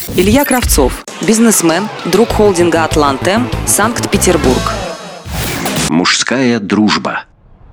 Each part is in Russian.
Илья Кравцов, бизнесмен, друг холдинга «Атлантем», Санкт-Петербург. Мужская дружба.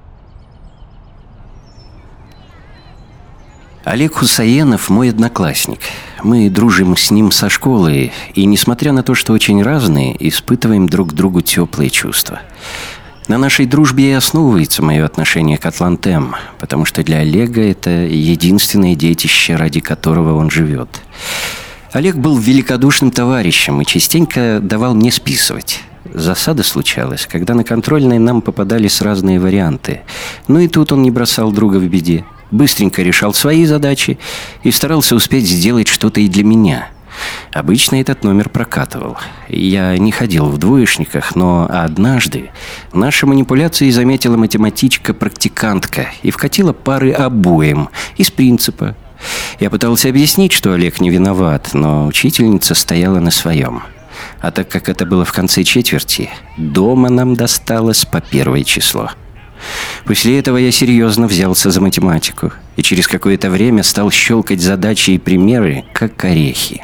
Олег Хусаенов мой одноклассник. Мы дружим с ним со школы, и, несмотря на то, что очень разные, испытываем друг к другу теплые чувства. На нашей дружбе и основывается мое отношение к «Атлантем», потому что для Олега это единственное детище, ради которого он живет. Олег был великодушным товарищем и частенько давал мне списывать. Засада случалась, когда на контрольные нам попадались разные варианты. Но и тут он не бросал друга в беде. Быстренько решал свои задачи и старался успеть сделать что-то и для меня. Обычно этот номер прокатывал. Я не ходил в двоечниках, но однажды наши манипуляции заметила математичка-практикантка и вкатила пары обоим из принципа. Я пытался объяснить, что Олег не виноват, но учительница стояла на своем. А так как это было в конце четверти, дома нам досталось по первое число. После этого я серьезно взялся за математику и через какое-то время стал щелкать задачи и примеры, как орехи.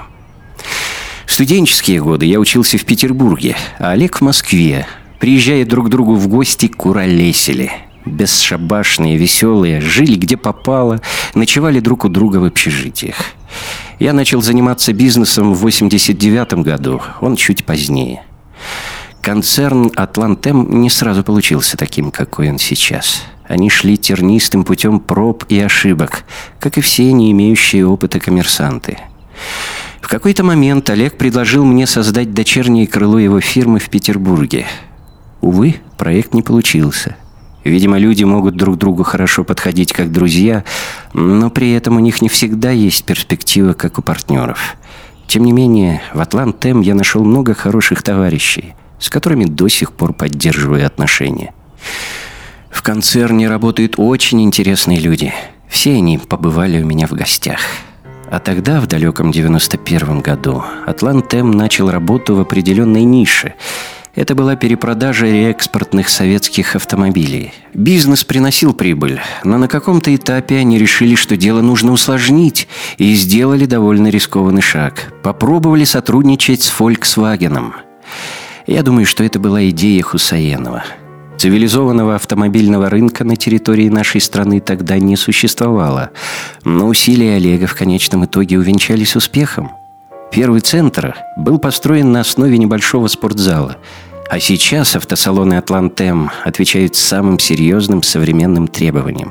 В студенческие годы я учился в Петербурге, а Олег в Москве. Приезжая друг к другу в гости, куролесили. Бесшабашные, веселые, жили где попало, ночевали друг у друга в общежитиях. Я начал заниматься бизнесом в 1989 году, он чуть позднее. Концерн «Атлантем» не сразу получился таким, какой он сейчас. Они шли тернистым путем проб и ошибок, как и все не имеющие опыта коммерсанты. В какой-то момент Олег предложил мне создать дочернее крыло его фирмы в Петербурге. Увы, проект не получился. Видимо, люди могут друг другу хорошо подходить как друзья, но при этом у них не всегда есть перспектива, как у партнеров. Тем не менее, в «Атлантем» я нашел много хороших товарищей, с которыми до сих пор поддерживаю отношения. В концерне работают очень интересные люди. Все они побывали у меня в гостях. А тогда, в далеком 91 году, «Атлантем» начал работу в определенной нише. Это была перепродажа реэкспортных советских автомобилей. Бизнес приносил прибыль, но на каком-то этапе они решили, что дело нужно усложнить, и сделали довольно рискованный шаг. Попробовали сотрудничать с Volkswagen. Я думаю, что это была идея Хусаенова. Цивилизованного автомобильного рынка на территории нашей страны тогда не существовало, но усилия Олега в конечном итоге увенчались успехом. Первый центр был построен на основе небольшого спортзала, а сейчас автосалоны «Атлантем» отвечают самым серьезным современным требованиям.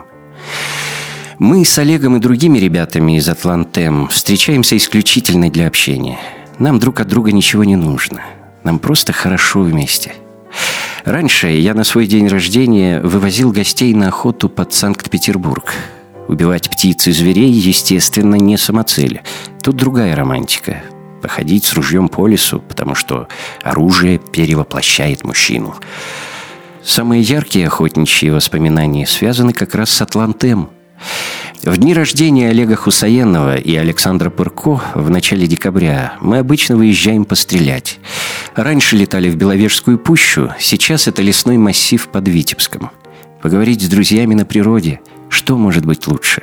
Мы с Олегом и другими ребятами из «Атлантем» встречаемся исключительно для общения. Нам друг от друга ничего не нужно. Нам просто хорошо вместе. Раньше я на свой день рождения вывозил гостей на охоту под Санкт-Петербург. Убивать птиц и зверей, естественно, не самоцель. Тут другая романтика. Походить с ружьем по лесу, потому что оружие перевоплощает мужчину. Самые яркие охотничьи воспоминания связаны как раз с «Атлантем». В дни рождения Олега Хусаенова и Александра Пырко в начале декабря мы обычно выезжаем пострелять. Раньше летали в Беловежскую пущу, сейчас это лесной массив под Витебском. Поговорить с друзьями на природе – что может быть лучше?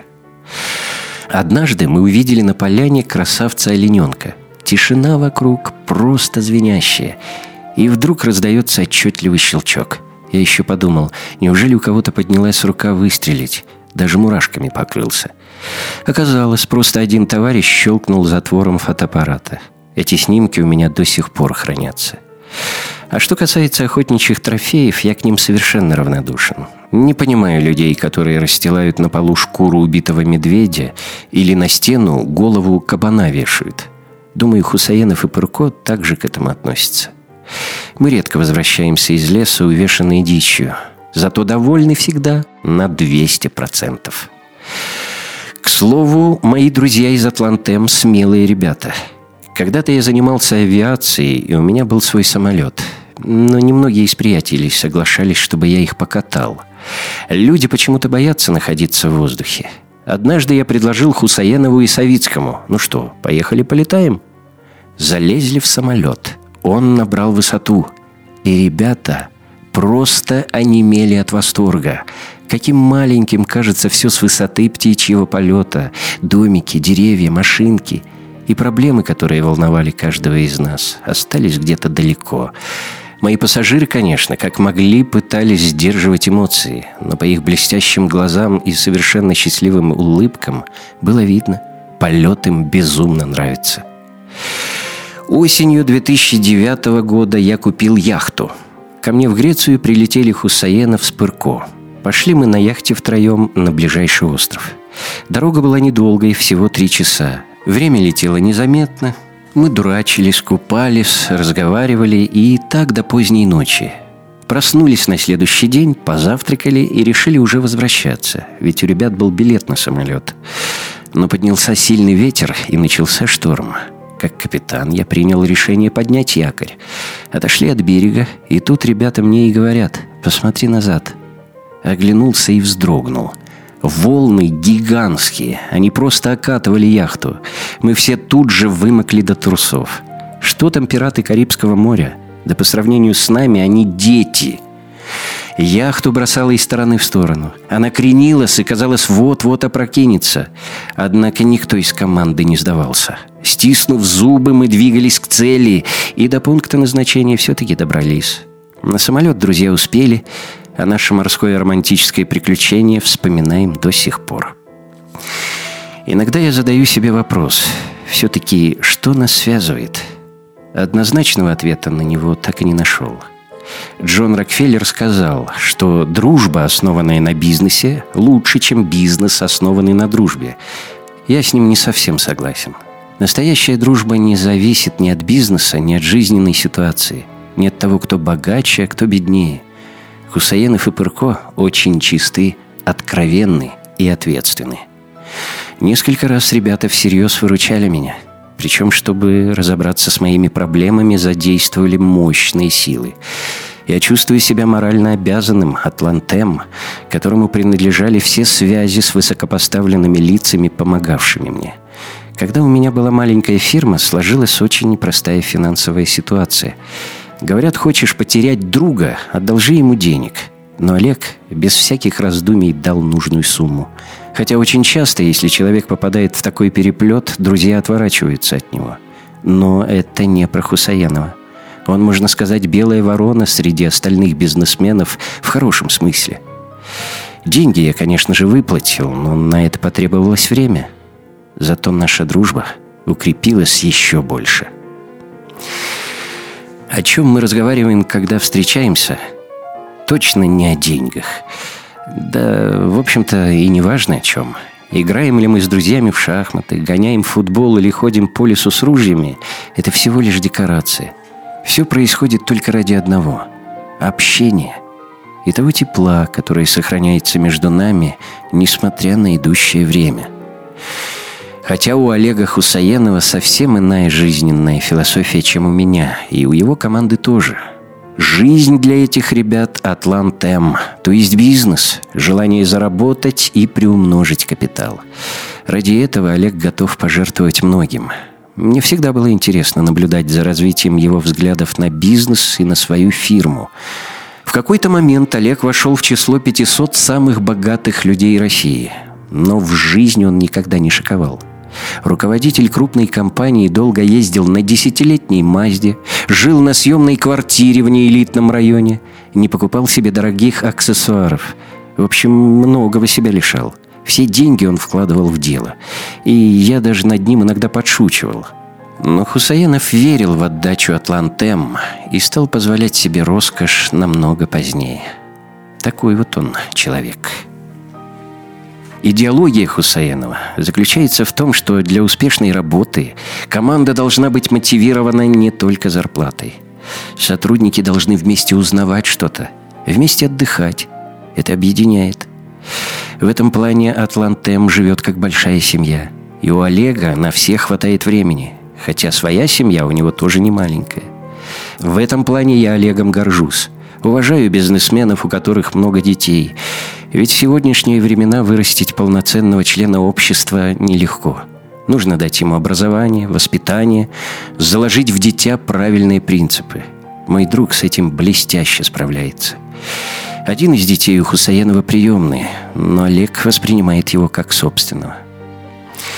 Однажды мы увидели на поляне красавца-олененка. Тишина вокруг просто звенящая. И вдруг раздается отчетливый щелчок. Я еще подумал, неужели у кого-то поднялась рука выстрелить? Даже мурашками покрылся. Оказалось, просто один товарищ щелкнул затвором фотоаппарата. Эти снимки у меня до сих пор хранятся. А что касается охотничьих трофеев, я к ним совершенно равнодушен. Не понимаю людей, которые расстилают на полу шкуру убитого медведя или на стену голову кабана вешают. Думаю, Хусаенов и Пырко также к этому относятся. Мы редко возвращаемся из леса, увешанные дичью. Зато довольны всегда на 200%. К слову, мои друзья из «Атлантем» смелые ребята. Когда-то я занимался авиацией, и у меня был свой самолет. Но немногие из приятелей соглашались, чтобы я их покатал. Люди почему-то боятся находиться в воздухе. Однажды я предложил Хусаенову и Савицкому: ну что, поехали полетаем? Залезли в самолет. Он набрал высоту. И ребята просто онемели от восторга. Каким маленьким кажется все с высоты птичьего полета. Домики, деревья, машинки. И проблемы, которые волновали каждого из нас, остались где-то далеко. Мои пассажиры, конечно, как могли, пытались сдерживать эмоции, но по их блестящим глазам и совершенно счастливым улыбкам было видно, полет им безумно нравится. Осенью 2009 года я купил яхту. Ко мне в Грецию прилетели Хусаенов с Пырко. Пошли мы на яхте втроем на ближайший остров. Дорога была недолгой, всего 3 часа. Время летело незаметно. Мы дурачились, купались, разговаривали и так до поздней ночи. Проснулись на следующий день, позавтракали и решили уже возвращаться, ведь у ребят был билет на самолет. Но поднялся сильный ветер и начался шторм. Как капитан я принял решение поднять якорь. Отошли от берега, и тут ребята мне и говорят: «Посмотри назад». Оглянулся и вздрогнул. Волны гигантские, они просто окатывали яхту. Мы все тут же вымокли до трусов. Что там пираты Карибского моря? Да по сравнению с нами они дети. Яхту бросала из стороны в сторону. Она кренилась и, казалось, вот-вот опрокинется. Однако никто из команды не сдавался. Стиснув зубы, мы двигались к цели и до пункта назначения все-таки добрались. На самолет друзья успели, а наше морское романтическое приключение вспоминаем до сих пор. Иногда я задаю себе вопрос: все-таки что нас связывает? Однозначного ответа на него так и не нашел. Джон Рокфеллер сказал, что дружба, основанная на бизнесе, лучше, чем бизнес, основанный на дружбе. Я с ним не совсем согласен. Настоящая дружба не зависит ни от бизнеса, ни от жизненной ситуации, ни от того, кто богаче, а кто беднее. Хусаенов и Пырко очень чисты, откровенны и ответственны. Несколько раз ребята всерьез выручали меня. Причем, чтобы разобраться с моими проблемами, задействовали мощные силы. Я чувствую себя морально обязанным Атлантем, которому принадлежали все связи с высокопоставленными лицами, помогавшими мне. Когда у меня была маленькая фирма, сложилась очень непростая финансовая ситуация. Говорят, хочешь потерять друга, одолжи ему денег. Но Олег без всяких раздумий дал нужную сумму. Хотя очень часто, если человек попадает в такой переплет, друзья отворачиваются от него. Но это не про Хусаенова. Он, можно сказать, белая ворона среди остальных бизнесменов в хорошем смысле. Деньги я, конечно же, выплатил, но на это потребовалось время. Зато наша дружба укрепилась еще больше. О чем мы разговариваем, когда встречаемся? Точно не о деньгах. Да, в общем-то, и не важно о чем. Играем ли мы с друзьями в шахматы, гоняем в футбол или ходим по лесу с ружьями – это всего лишь декорация. Все происходит только ради одного – общения и того тепла, которое сохраняется между нами, несмотря на идущее время. Хотя у Олега Хусаенова совсем иная жизненная философия, чем у меня, и у его команды тоже. Жизнь для этих ребят – Атлантем, то есть бизнес, желание заработать и приумножить капитал. Ради этого Олег готов пожертвовать многим. Мне всегда было интересно наблюдать за развитием его взглядов на бизнес и на свою фирму. В какой-то момент Олег вошел в число 500 самых богатых людей России, но в жизни он никогда не шиковал. Руководитель крупной компании долго ездил на 10-летней Мазде, жил на съемной квартире в неэлитном районе, не покупал себе дорогих аксессуаров. В общем, многого себя лишал. Все деньги он вкладывал в дело. И я даже над ним иногда подшучивал. Но Хусаенов верил в отдачу Атлантем и стал позволять себе роскошь намного позднее. Такой вот он человек. Идеология Хусаенова заключается в том, что для успешной работы команда должна быть мотивирована не только зарплатой. Сотрудники должны вместе узнавать что-то, вместе отдыхать. Это объединяет. В этом плане Атлантем живет как большая семья. И у Олега на всех хватает времени, хотя своя семья у него тоже не маленькая. В этом плане я Олегом горжусь. Уважаю бизнесменов, у которых много детей. Ведь в сегодняшние времена вырастить полноценного члена общества нелегко. Нужно дать ему образование, воспитание, заложить в дитя правильные принципы. Мой друг с этим блестяще справляется. Один из детей у Хусаенова приемный, но Олег воспринимает его как собственного.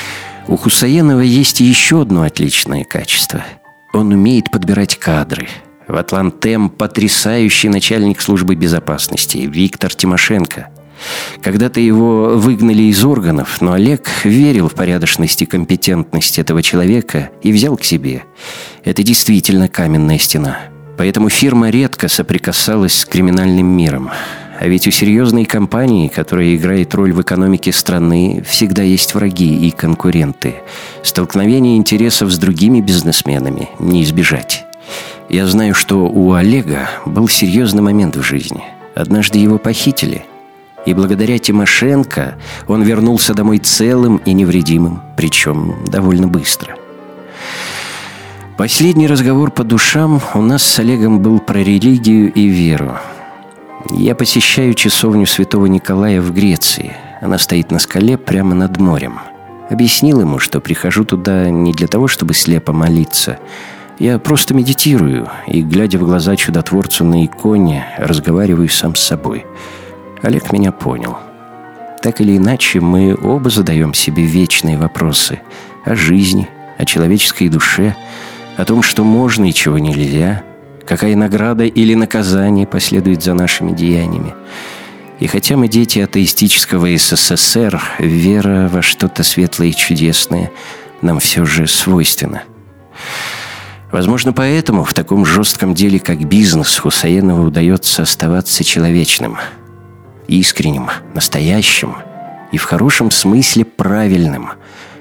У Хусаенова есть еще одно отличное качество. Он умеет подбирать кадры. В «Атлантем» потрясающий начальник службы безопасности Виктор Тимошенко. Когда-то его выгнали из органов, но Олег верил в порядочность и компетентность этого человека и взял к себе. Это действительно каменная стена. Поэтому фирма редко соприкасалась с криминальным миром. А ведь у серьезной компании, которая играет роль в экономике страны, всегда есть враги и конкуренты. Столкновение интересов с другими бизнесменами не избежать. Я знаю, что у Олега был серьезный момент в жизни. Однажды его похитили. И благодаря Тимошенко он вернулся домой целым и невредимым, причем довольно быстро. Последний разговор по душам у нас с Олегом был про религию и веру. Я посещаю часовню Святого Николая в Греции. Она стоит на скале прямо над морем. Объяснил ему, что прихожу туда не для того, чтобы слепо молиться. Я просто медитирую и, глядя в глаза чудотворцу на иконе, разговариваю сам с собой. Олег меня понял. Так или иначе, мы оба задаем себе вечные вопросы о жизни, о человеческой душе, о том, что можно и чего нельзя, какая награда или наказание последует за нашими деяниями. И хотя мы дети атеистического СССР, вера во что-то светлое и чудесное нам все же свойственна. Возможно, поэтому в таком жестком деле, как бизнес, Хусаенову удается оставаться человечным, искренним, настоящим и в хорошем смысле правильным.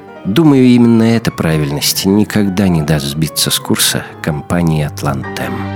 Думаю, именно эта правильность никогда не даст сбиться с курса компании «Атлантем».